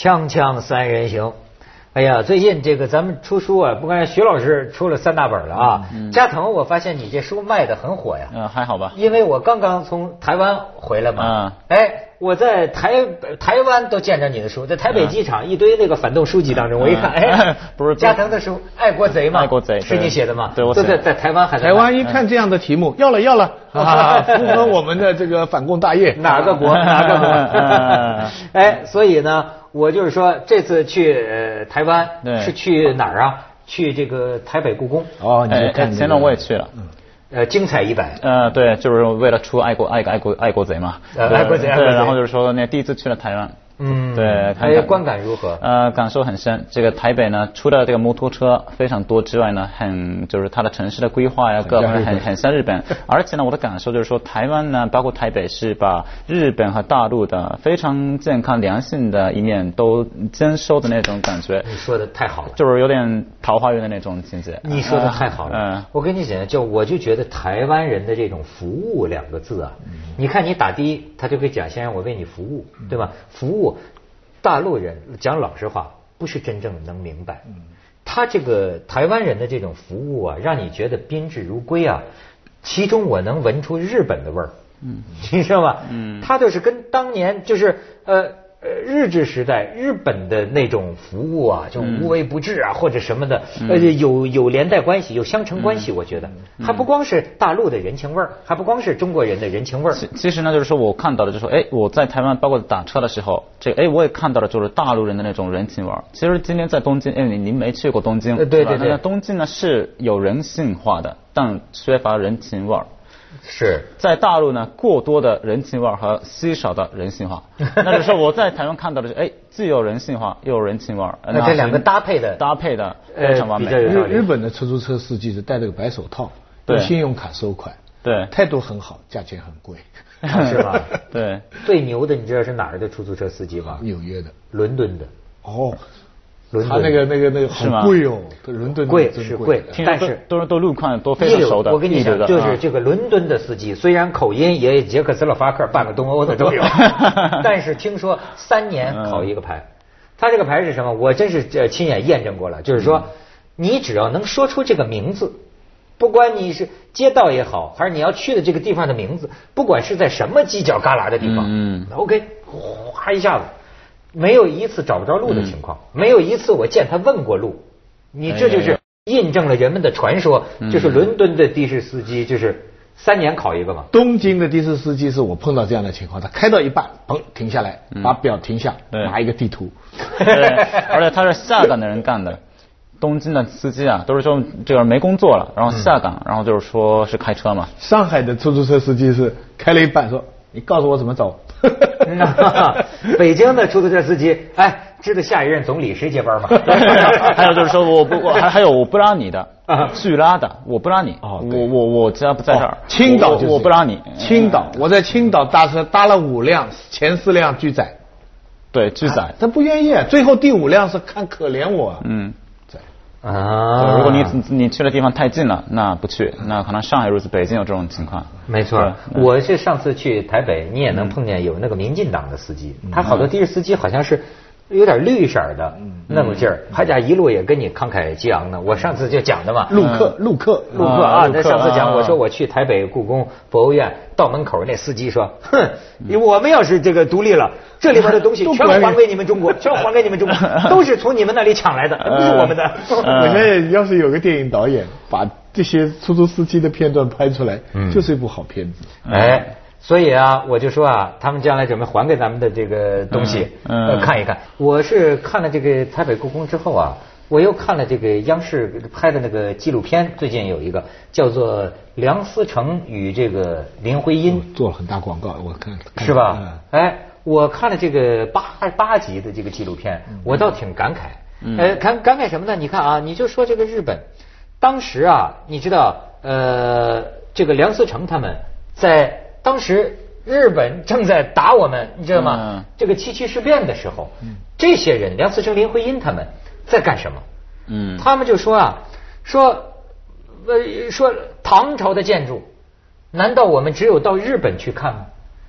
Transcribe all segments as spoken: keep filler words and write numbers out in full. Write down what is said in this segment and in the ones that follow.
锵锵三人行，哎呀，最近这个咱们出书啊，不管是徐老师出了三大本了啊，嗯嗯、加藤，我发现你这书卖的很火呀。 嗯、呃，还好吧？ 因为我刚刚从台湾回来嘛，嗯、哎，我在台台湾都见着你的书，在台北机场一堆那个反动书籍当中，嗯、我一看，哎， 不是加藤的书《爱国贼》嘛， 爱国贼是你写的吗？ 对，我都在在台湾还在台湾一看这样的题目，要了要了，啊，符合我们的这个反共大业， 哪个国哪个国？哎，所以呢。我就是说，这次去呃台湾是去哪儿啊？去这个台北故宫。 哦，你看， 前段我也去了。 嗯。呃，精彩一百。 呃，对，就是为了出爱国爱爱国爱国贼嘛。 呃，爱国贼。 对，然后就是说，那第一次去了台湾。 嗯， 对， 哎，观感如何？ 呃，感受很深。这个台北呢，除了这个摩托车非常多之外呢，很就是它的城市的规划呀，各方面很很像日本。而且呢，我的感受就是说，台湾呢，包括台北是把日本和大陆的非常健康良性的一面都兼收的那种感觉。 你说的太好了， 就是有点桃花源的那种情节。 你说的太好了。嗯，我跟你讲，就我就觉得台湾人的这种服务两个字啊，你看你打的，他就会讲先生我为你服务，对吧？服务。大陆人讲老实话，不是真正能明白。他这个台湾人的这种服务啊，让你觉得宾至如归啊。其中我能闻出日本的味儿，嗯，你知道吗？嗯，他就是跟当年就是呃呃日治时代日本的那种服务啊，就无微不至啊，或者什么的，呃有有连带关系，有相乘关系。我觉得还不光是大陆的人情味儿，还不光是中国人的人情味儿。 其实呢，就是说我看到的，就是说，哎，我在台湾包括打车的时候，这个哎我也看到了，就是大陆人的那种人情味儿。其实今天在东京，哎，你您没去过东京， 对对对， 那东京呢是有人性化的，但缺乏人情味儿。 是在大陆呢，过多的人情味和稀少的人性化。那就是说我在台湾看到的是，哎，既有人性化又有人情味， 那这两个搭配的搭配的非常完美。 日日本的出租车司机是戴了个白手套，用信用卡收款， 对， 态度很好，价钱很贵， 是吧？ 对， 最牛的你知道是哪儿的出租车司机吗？ 纽约的， 伦敦的。 哦。他那个那个那个很贵哦，伦敦贵是贵，但是都是都路况都非常熟的。 我跟你讲，就是这个伦敦的司机，虽然口音也捷克斯洛伐克、半个东欧的都有，但是听说三年考一个牌。他这个牌是什么？我真是亲眼验证过了，就是说，你只要能说出这个名字，不管你是街道也好，还是你要去的这个地方的名字，不管是在什么犄角旮旯的地方，嗯 ，OK， 哗一下子。没有一次找不着路的情况，嗯、没有一次我见他问过路，你这就是印证了人们的传说，哎、就是伦敦的的士司机就是三年考一个嘛。 东京的的士司机是我碰到这样的情况，他开到一半，砰停下来，把表停下，嗯、拿一个地图， 对，而且他是下岗的人干的。东京的司机啊，都是说这个没工作了，然后下岗，嗯、然后就是说是开车嘛。 上海的出租车司机是开了一半说：“你告诉我怎么走。” 北京的出租车司机，哎，知道下一任总理谁接班吗？ 还有就是说，我不，我还还有我不拉你的，去拉的，我不拉你，哦、我我我家不在这儿。哦、 青岛就是我不拉你， 青岛，我在青岛搭车搭了五辆，前四辆拒载， 对，拒载， 他不愿意，最后第五辆是看可怜我， 嗯。 啊， 如果你你去的地方太近了，那不去，那可能上海如此，北京有这种情况。 没错，我是上次去台北，你也能碰见有那个民进党的司机，他好多的士司机好像是有点绿色的那么劲儿，他家一路也跟你慷慨激昂的。我上次就讲的嘛， 陆客陆客陆客啊，那上次讲我说我去台北故宫博物院，到门口那司机说，哼，我们要是这个独立了。这里边的东西全还给你们中国，全还给你们中国，都是从你们那里抢来的，不是我们的。 我觉得要是有个电影导演把这些出租司机的片段拍出来，就是一部好片子。 哎，所以啊，我就说啊，他们将来准备还给咱们的这个东西，呃，看一看。我是看了这个台北故宫之后啊，我又看了这个央视拍的那个纪录片，最近有一个叫做《梁思成与这个林徽因》， 做了很大广告，我看是吧？哎。我看了这个八八集的这个纪录片，我倒挺感慨。嗯、呃，感感慨什么呢？你看啊，你就说这个日本，当时啊，你知道，呃，这个梁思成他们在当时日本正在打我们，你知道吗？嗯、这个七七事变的时候，嗯、这些人梁思成、林徽因他们在干什么？嗯，他们就说啊，说呃说唐朝的建筑，难道我们只有到日本去看吗？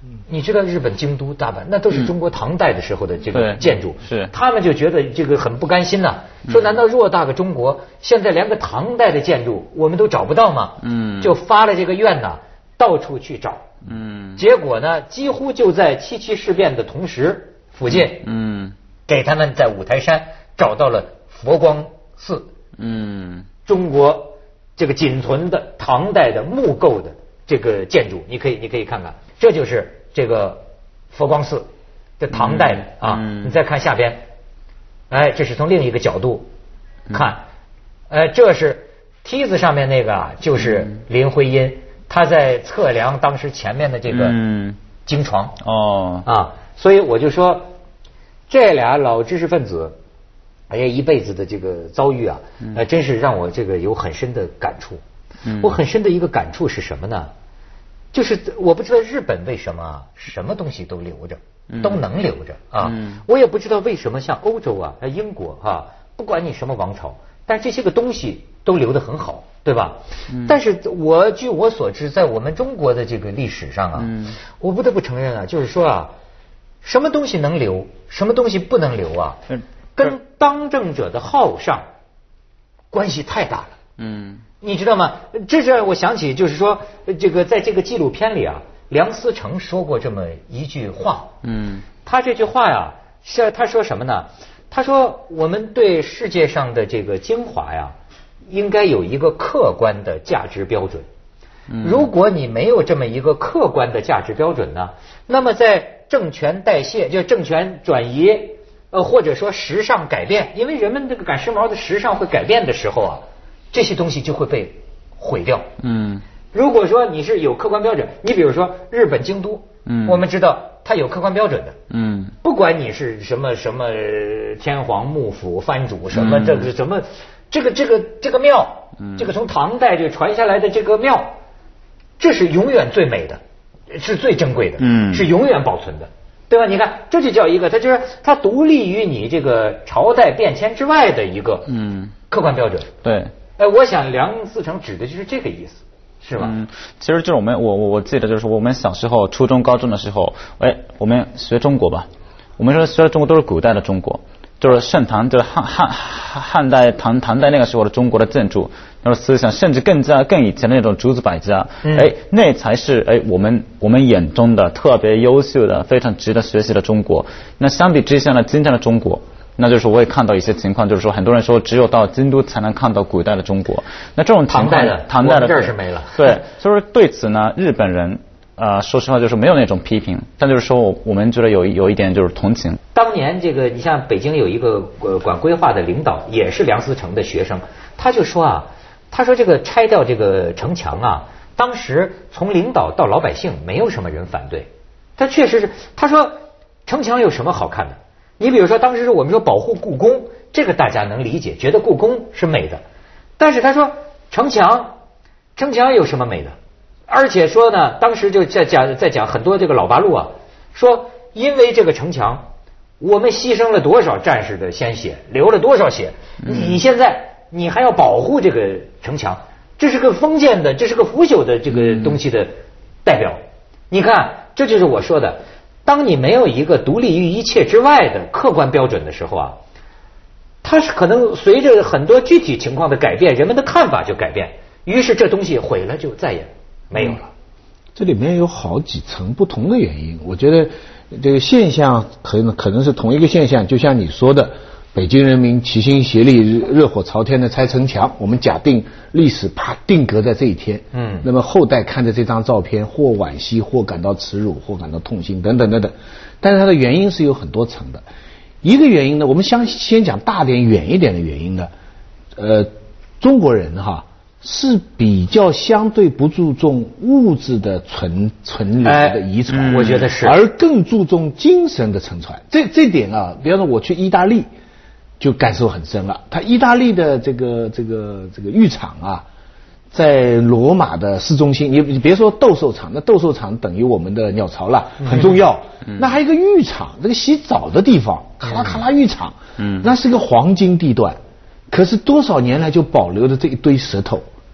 你知道日本京都、大阪那都是中国唐代的时候的这个建筑， 嗯、是他们就觉得这个很不甘心呐、啊，说难道偌大个中国现在连个唐代的建筑我们都找不到吗？嗯，就发了这个愿呐，到处去找。嗯，结果呢，几乎就在七七事变的同时附近，嗯，给他们在五台山找到了佛光寺，嗯，中国这个仅存的唐代的木构的这个建筑，你可以你可以看看，这就是这个佛光寺，这唐代的、嗯、啊、嗯。你再看下边，哎，这是从另一个角度看，哎，这是梯子上面那个啊，就是林徽因。他在测量当时前面的这个经床、嗯、哦啊，所以我就说这俩老知识分子，哎呀，一辈子的这个遭遇啊，呃，真是让我这个有很深的感触。嗯，我很深的一个感触是什么呢？就是我不知道日本为什么什么东西都留着，都能留着啊。嗯，我也不知道为什么像欧洲啊、英国啊，不管你什么王朝，但这些个东西都留得很好。对吧？嗯、但是我据我所知，在我们中国的这个历史上啊，嗯、我不得不承认啊，就是说啊，什么东西能留，什么东西不能留啊，嗯、跟当政者的好上关系太大了。嗯，你知道吗？这是我想起，就是说，这个在这个纪录片里啊，梁思成说过这么一句话。嗯，他这句话呀，是他说什么呢？他说我们对世界上的这个精华呀，应该有一个客观的价值标准。如果你没有这么一个客观的价值标准呢，那么在政权代谢，就政权转移，呃，或者说时尚改变，因为人们这个赶时髦的时尚会改变的时候啊，这些东西就会被毁掉。嗯，如果说你是有客观标准，你比如说日本京都，嗯，我们知道它有客观标准的。嗯，不管你是什么什么天皇幕府藩主什么这个什么。这个这个这个庙，这个从唐代就传下来的这个庙，这是永远最美的，是最珍贵的，嗯，是永远保存的，对吧？你看，这就叫一个，它就是它独立于你这个朝代变迁之外的一个，嗯，客观标准。对，哎，我想梁思成指的就是这个意思，是吧？ 嗯，其实就是我们我我我记得就是我们小时候初中高中的时候，哎，我们学中国吧，我们说学中国都是古代的中国。就是盛唐，就是汉汉汉代唐唐代那个时候的中国的建筑，然后思想，甚至更加更以前的那种诸子百家，嗯、哎，那才是哎我们我们眼中的特别优秀的、非常值得学习的中国。那相比之下呢，今天的中国，那就是我也看到一些情况，就是说很多人说只有到京都才能看到古代的中国。那这种情况， 唐代的唐代的这儿是没了。 对，所以说对此呢，日本人。呃，说实话就是没有那种批评，但就是说我们觉得有有一点就是同情。 当年这个，你像北京有一个呃管规划的领导，也是梁思成的学生，他就说啊，他说这个拆掉这个城墙啊，当时从领导到老百姓没有什么人反对，他确实是，他说城墙有什么好看的？你比如说当时我们说保护故宫，这个大家能理解，觉得故宫是美的，但是他说城墙，城墙有什么美的？而且说呢，当时就在讲在讲很多这个老八路啊，说因为这个城墙，我们牺牲了多少战士的鲜血，流了多少血，你现在你还要保护这个城墙，这是个封建的，这是个腐朽的这个东西的代表。你看，这就是我说的，当你没有一个独立于一切之外的客观标准的时候啊，它是可能随着很多具体情况的改变，人们的看法就改变，于是这东西毁了就再也没有了。 这里面有好几层不同的原因，我觉得这个现象可能可能是同一个现象，就像你说的，北京人民齐心协力、热火朝天的拆城墙，我们假定历史啪定格在这一天。嗯，那么后代看着这张照片，或惋惜，或感到耻辱，或感到痛心，等等等等。但是它的原因是有很多层的。一个原因呢，我们先先讲大点、远一点的原因呢，呃，中国人哈。是比较相对不注重物质的存存留的遗传、 哎嗯，我觉得是， 而更注重精神的承传。这这点啊，比方说我去意大利就感受很深了。他意大利的这个这个这个浴场啊，在罗马的市中心，你你别说斗兽场，那斗兽场等于我们的鸟巢了，很重要。嗯、那还有一个浴场，这个洗澡的地方，卡拉卡拉浴场，嗯，那是个黄金地段。可是多少年来就保留着这一堆石头。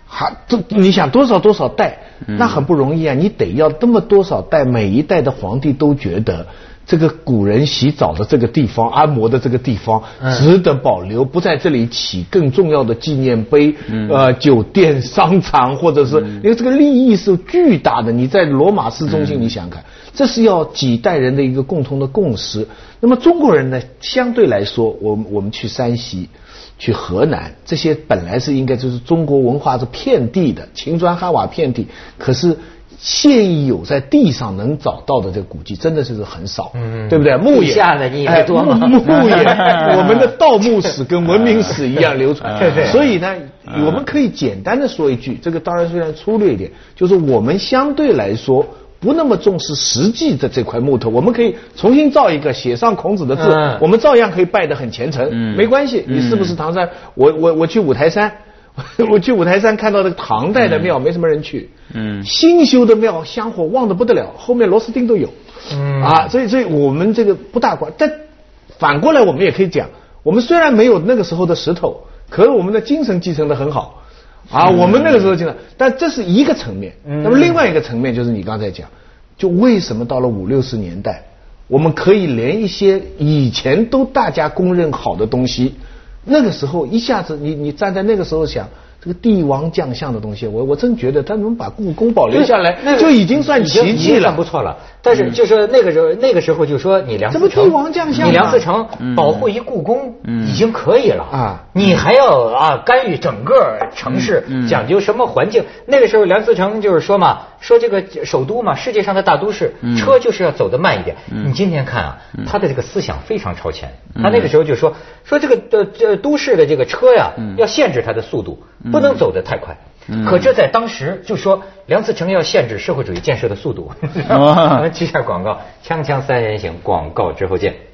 还都你想多少多少代，那很不容易啊！你得要这么多少代，每一代的皇帝都觉得这个古人洗澡的这个地方、按摩的这个地方值得保留，不在这里起更重要的纪念碑、呃酒店、商场，或者是因为这个利益是巨大的。你在罗马市中心，你想想看，这是要几代人的一个共同的共识。那么中国人呢，相对来说，我们我们去山西。去河南，这些本来是应该就是中国文化是遍地的，秦砖汉瓦遍地，可是现有在地上能找到的这个古迹真的是很少，嗯，对不对？墓地下的你也多吗？ 墓墓也，我们的盗墓史跟文明史一样流传， 对所以呢，我们可以简单的说一句，这个当然虽然粗略一点，就是我们相对来说。不那么重视实际的这块木头，我们可以重新造一个，写上孔子的字，嗯、我们照样可以拜得很虔诚，嗯、没关系。你是不是唐山？嗯、我我我去五台山，我去五台山看到这个唐代的庙，嗯、没什么人去，嗯，新修的庙香火旺得不得了，后面螺丝钉都有，嗯啊，所以所以我们这个不大管。但反过来我们也可以讲，我们虽然没有那个时候的石头，可是我们的精神继承得很好。啊，我们那个时候进来，但这是一个层面。那么另外一个层面就是你刚才讲，就为什么到了五六十年代，我们可以连一些以前都大家公认好的东西，那个时候一下子你你站在那个时候想，这个帝王将相的东西，我我真觉得他能把故宫保留下来，那就已经算奇迹了， 算不错了。但是就说那个时候，那个时候就说你梁思成， 这不帝王将相， 你梁思成保护一故宫已经可以了啊，你还要啊干预整个城市，讲究什么环境？那个时候梁思成就是说嘛，说这个首都嘛，世界上的大都市，车就是要走得慢一点。你今天看啊，他的这个思想非常超前。他那个时候就说说这个呃这都市的这个车呀，要限制它的速度，不能走得太快。可这在当时就说梁思成要限制社会主义建设的速度。我们接下广告，锵锵三人行，广告之后见。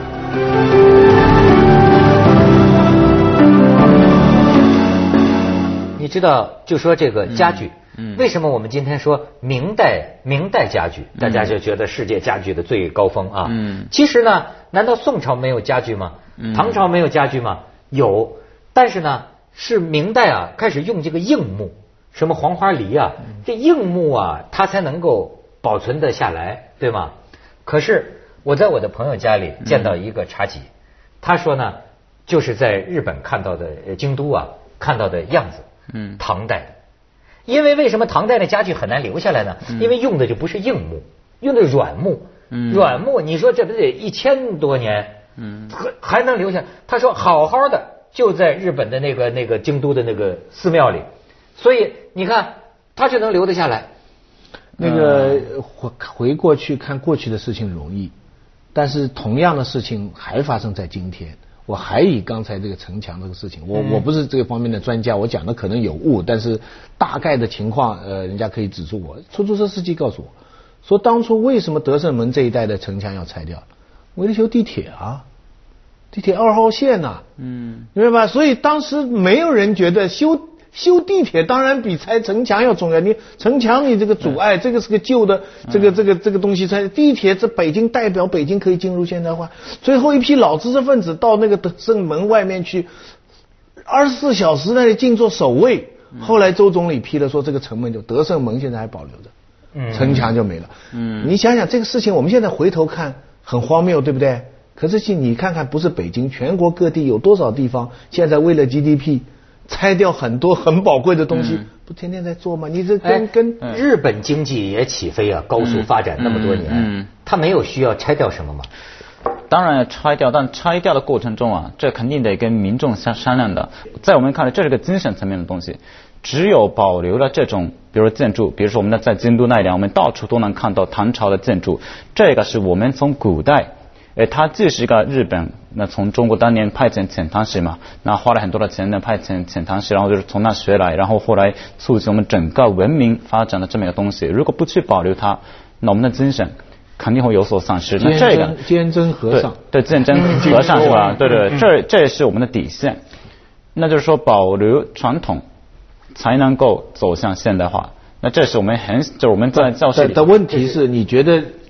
你知道，就说这个家具，嗯，为什么我们今天说明代明代家具，大家就觉得世界家具的最高峰啊？嗯，其实呢，难道宋朝没有家具吗？唐朝没有家具吗？有，但是呢。是明代啊，开始用这个硬木，什么黄花梨啊，这硬木啊，它才能够保存得下来，对吗？可是我在我的朋友家里见到一个茶几，他说呢，就是在日本看到的京都啊看到的样子，嗯，唐代的。因为为什么唐代的家具很难留下来呢？因为用的就不是硬木，用的软木，软木，你说这不得一千多年，嗯，还能留下？他说好好的。就在日本的那个那个京都的那个寺庙里，所以你看，他就能留得下来。 那个回回过去看过去的事情容易，但是同样的事情还发生在今天。我还以刚才这个城墙这个事情，我我不是这个方面的专家，我讲的可能有误，但是大概的情况，呃，人家可以指出我。出租车司机告诉我，说当初为什么德胜门这一带的城墙要拆掉？为了修地铁啊。地铁二号线呐、啊，嗯，明白吧？所以当时没有人觉得修修地铁当然比拆城墙要重要。你城墙你这个阻碍，这个是个旧的，这个这个这个东西拆地铁，这北京代表北京可以进入现代化。最后一批老知识分子到那个德胜门外面去，二十四小时那里静坐守卫。后来周总理批了说，这个城门就德胜门现在还保留着，嗯，城墙就没了。嗯，你想想这个事情，我们现在回头看很荒谬，对不对？可是你看看，不是北京，全国各地有多少地方现在为了 G D P 拆掉很多很宝贵的东西，嗯、不天天在做吗？你这跟、哎、跟日本经济也起飞啊，高速发展那么多年，嗯嗯、它没有需要拆掉什么吗？ 当然要拆掉，但拆掉的过程中啊，这肯定得跟民众商商量的。在我们看来，这是个精神层面的东西。只有保留了这种，比如建筑，比如说我们在京都那里，我们到处都能看到唐朝的建筑，这个是我们从古代。诶，他既是一个日本，那从中国当年派遣遣唐使嘛，那花了很多的钱呢派遣遣唐使，然后就是从那学来，然后后来促进我们整个文明发展的这么一个东西。如果不去保留它，那我们的精神肯定会有所丧失。那这个坚贞和尚， 对，对，坚贞和尚是吧？对对，这这也是我们的底线。那就是说，保留传统，才能够走向现代化。那这是我们很，就是我们在教室里的问题是，你觉得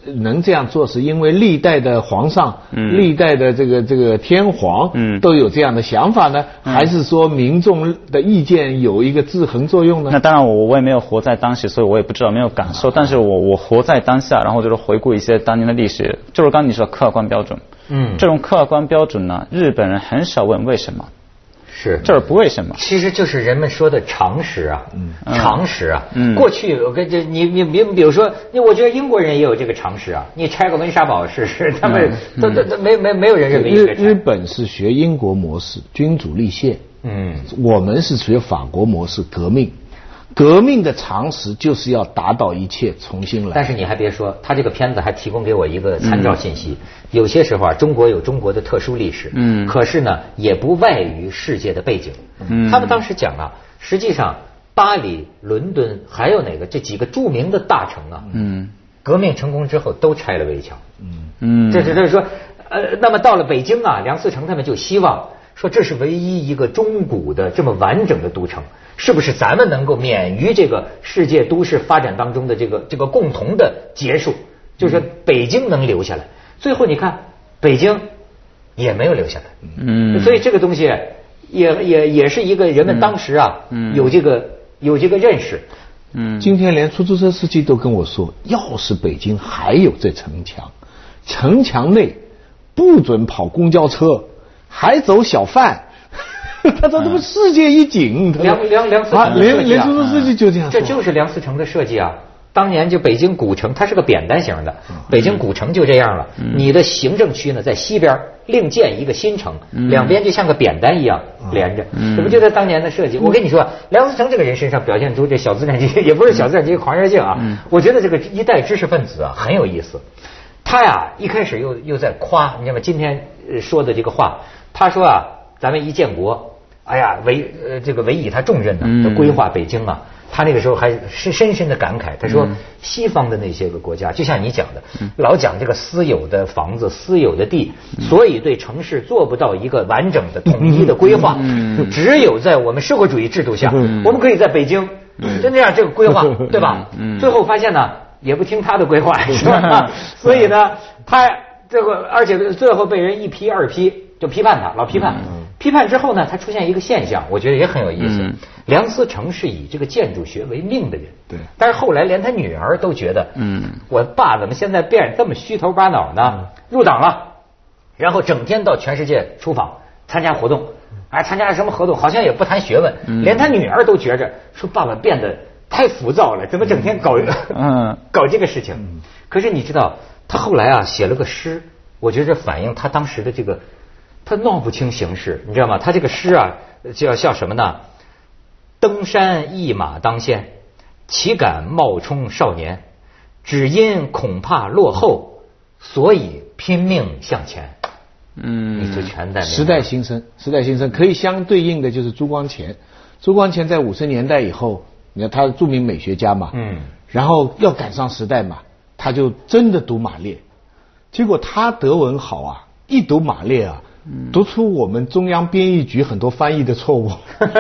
能这样做，是因为历代的皇上、嗯、历代的这个这个天皇，嗯，都有这样的想法呢，嗯、还是说民众的意见有一个制衡作用呢？ 那当然我，我我也没有活在当时，所以我也不知道，没有感受。但是我我活在当下，然后就是回顾一些当年的历史，就是刚你说的客观标准。嗯，这种客观标准呢，日本人很少问为什么。 是， 这是不为什么， 其实就是人们说的常识啊，嗯、常识啊。嗯、过去我跟这你你你比如说，我觉得英国人也有这个常识啊。你拆个温莎堡试试，他们都都都没没没有人认为日日本是学英国模式，君主立宪。嗯，我们是学法国模式，革命。革命的常识就是要打倒一切，重新来。 但是你还别说，他这个片子还提供给我一个参照信息。嗯、有些时候啊，中国有中国的特殊历史，嗯，可是呢，也不外于世界的背景。嗯，他们当时讲啊，实际上巴黎、伦敦还有哪个这几个著名的大城啊，嗯，革命成功之后都拆了围墙。嗯嗯，这这就是说，呃，那么到了北京啊，梁思成他们就希望说，这是唯一一个中古的这么完整的都城。是不是咱们能够免于这个世界都市发展当中的这个这个共同的结束？就是北京能留下来。最后你看，北京也没有留下来。嗯，所以这个东西也也也是一个人们当时啊，嗯、有这个有这个认识。 嗯，今天连出租车司机都跟我说，要是北京还有这城墙，城墙内不准跑公交车，还走小贩。他说：“这不世界一景。” 梁梁梁思成的设计啊， 连连出租司机就这样说。 这就是梁思成的设计啊！当年就北京古城，它是个扁担形的，北京古城就这样了。嗯、你的行政区呢，在西边另建一个新城，嗯、两边就像个扁担一样连着。嗯、这不就在当年的设计？我跟你说，梁思成这个人身上表现出这小资产阶级，也不是小资产阶级狂热性啊。嗯、我觉得这个一代知识分子啊很有意思。他呀一开始又又在夸，你知道吗？今天说的这个话，他说啊，咱们一建国。哎呀，委呃这个委以他重任呢，的规划北京啊，他那个时候还是深深的感慨。他说，西方的那些个国家，就像你讲的，老讲这个私有的房子、私有的地，所以对城市做不到一个完整的、统一的规划。只有在我们社会主义制度下，我们可以在北京就那样这个规划，对吧？最后发现呢，也不听他的规划，是吧？所以呢，他这个而且最后被人一批二批，就批判他，老批判。批判之后呢，它出现一个现象，我觉得也很有意思。嗯、梁思成是以这个建筑学为命的人，对。但是后来连他女儿都觉得，嗯，我爸怎么现在变这么虚头巴脑呢？嗯、入党了，然后整天到全世界出访参加活动，哎，参加什么活动？好像也不谈学问，嗯、连他女儿都觉着说爸爸变得太浮躁了，怎么整天搞嗯搞这个事情？嗯、可是你知道，他后来啊写了个诗，我觉得反映他当时的这个。他闹不清形势，你知道吗？他这个诗啊，叫叫什么呢？登山一马当先，岂敢冒充少年？只因恐怕落后，所以拼命向前。嗯，你就全在时代新生，时代新生可以相对应的就是朱光潜。朱光潜在五十年代以后，你看他是著名美学家嘛，嗯，然后要赶上时代嘛，他就真的读马列，结果他德文好啊，一读马列啊。读出我们中央编译局很多翻译的错误，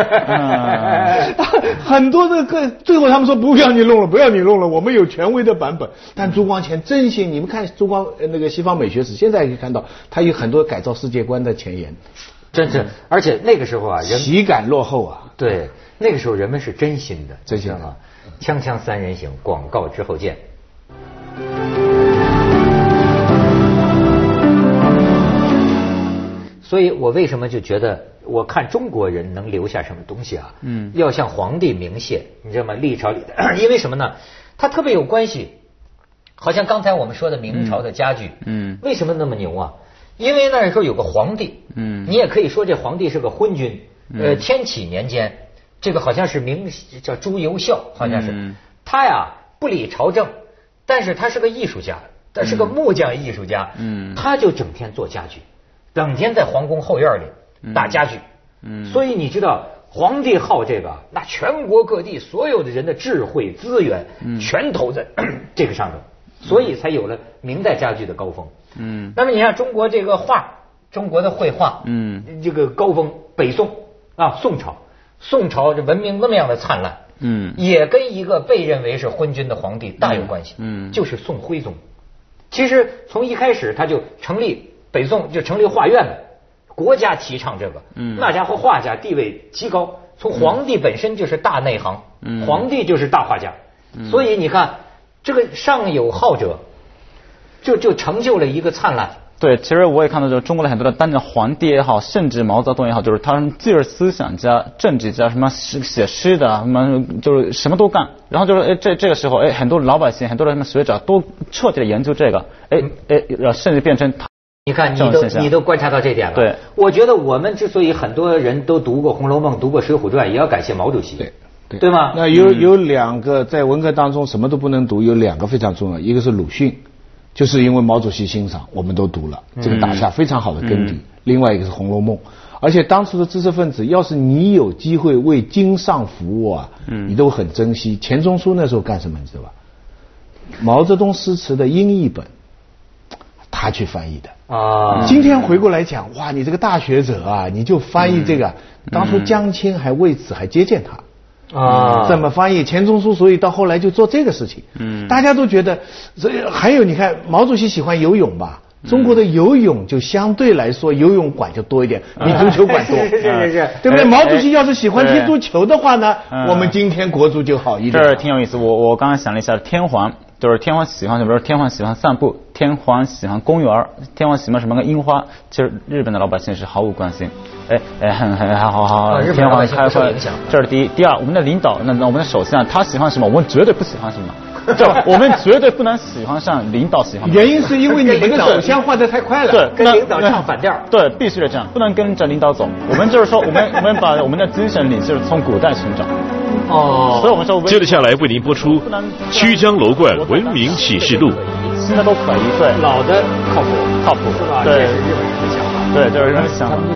很多的个最后他们说不要你弄了，不要你弄了，我们有权威的版本。但朱光潜真心，你们看朱光那个西方美学史，现在可以看到他有很多改造世界观的前沿， 真是。而且那个时候啊，人岂敢落后啊？ 对，那个时候人们是真心的， 真心的。 锵锵三人行，广告之后见。所以我为什么就觉得我看中国人能留下什么东西啊？嗯，要向皇帝明谢，你知道吗？历朝里的，因为什么呢？它特别有关系。好像刚才我们说的明朝的家具，嗯，为什么那么牛啊？因为那时候有个皇帝，嗯，你也可以说这皇帝是个昏君。呃，天启年间，这个好像是明叫朱由校，好像是他呀不理朝政，但是他是个艺术家，他是个木匠艺术家，嗯，他就整天做家具。整天在皇宫后院里打家具，嗯，所以你知道皇帝好这个，那全国各地所有的人的智慧资源，嗯，全投在这个上头，所以才有了明代家具的高峰，嗯。那么你看中国这个画，中国的绘画，嗯，这个高峰，北宋啊，宋朝，宋朝这文明那么样的灿烂，嗯，也跟一个被认为是昏君的皇帝大有关系，嗯，就是宋徽宗。 其实从一开始他就成立北宋就成立画院了，国家提倡这个，嗯，那家伙画家地位极高，从皇帝本身就是大内行，嗯，皇帝就是大画家，嗯，所以你看这个上有好者，就就成就了一个灿烂。 对，其实我也看到，就是中国的很多的担任皇帝也好，甚至毛泽东也好，就是他们既是思想家、政治家，什么写诗的，什么就是什么都干。然后就是哎，这这个时候，哎，很多老百姓、很多的什么学者都彻底的研究这个，哎哎，甚至变成他。 你看，你都你都观察到这点了。 对， 我觉得我们之所以很多人都读过《红楼梦》、读过《水浒传》，也要感谢毛主席。 对。对, 对吗？ 那有有两个在文革当中什么都不能读，有两个非常重要，一个是鲁迅。就是因为毛主席欣赏，我们都读了，这个打下非常好的根底。嗯、另外一个是《红楼梦》，而且当初的知识分子，要是你有机会为经上服务啊，嗯、你都很珍惜。钱钟书那时候干什么，你知道吧？毛泽东诗词的英译本，他去翻译的啊。今天回过来讲，哇，你这个大学者啊，你就翻译这个，嗯、当初江青还为此还接见他。啊，怎么翻译钱钟书？所以到后来就做这个事情。嗯，大家都觉得，所以还有你看，毛主席喜欢游泳吧？中国的游泳就相对来说游泳馆就多一点，比足球馆多。 是是是是， 对不对？毛主席要是喜欢踢足球的话呢，我们今天国足就好一点。 这挺有意思，我我刚刚想了一下，天皇就是天皇喜欢什么？天皇喜欢散步，天皇喜欢公园，天皇喜欢什么个樱花？其实日本的老百姓是毫无关心。哎哎，很很好好好，天皇开会，这是第一。第二，我们的领导，那那我们的首相，他喜欢什么，我们绝对不喜欢什么。这我们绝对不能喜欢上领导喜欢的。 原因是因为你们的首相换得太快了， 对， 跟领导唱反调。 对，必须得这样，不能跟着领导走。我们就是说，我们我们把我们的精神领袖从古代寻找。 哦， 所以我们说， 接着下来为您播出《曲江楼观文明启示录》。 新的都可以，对， 老的靠谱， 靠谱， 是吧？这是日本人的想法。 对，这是日本人的想法。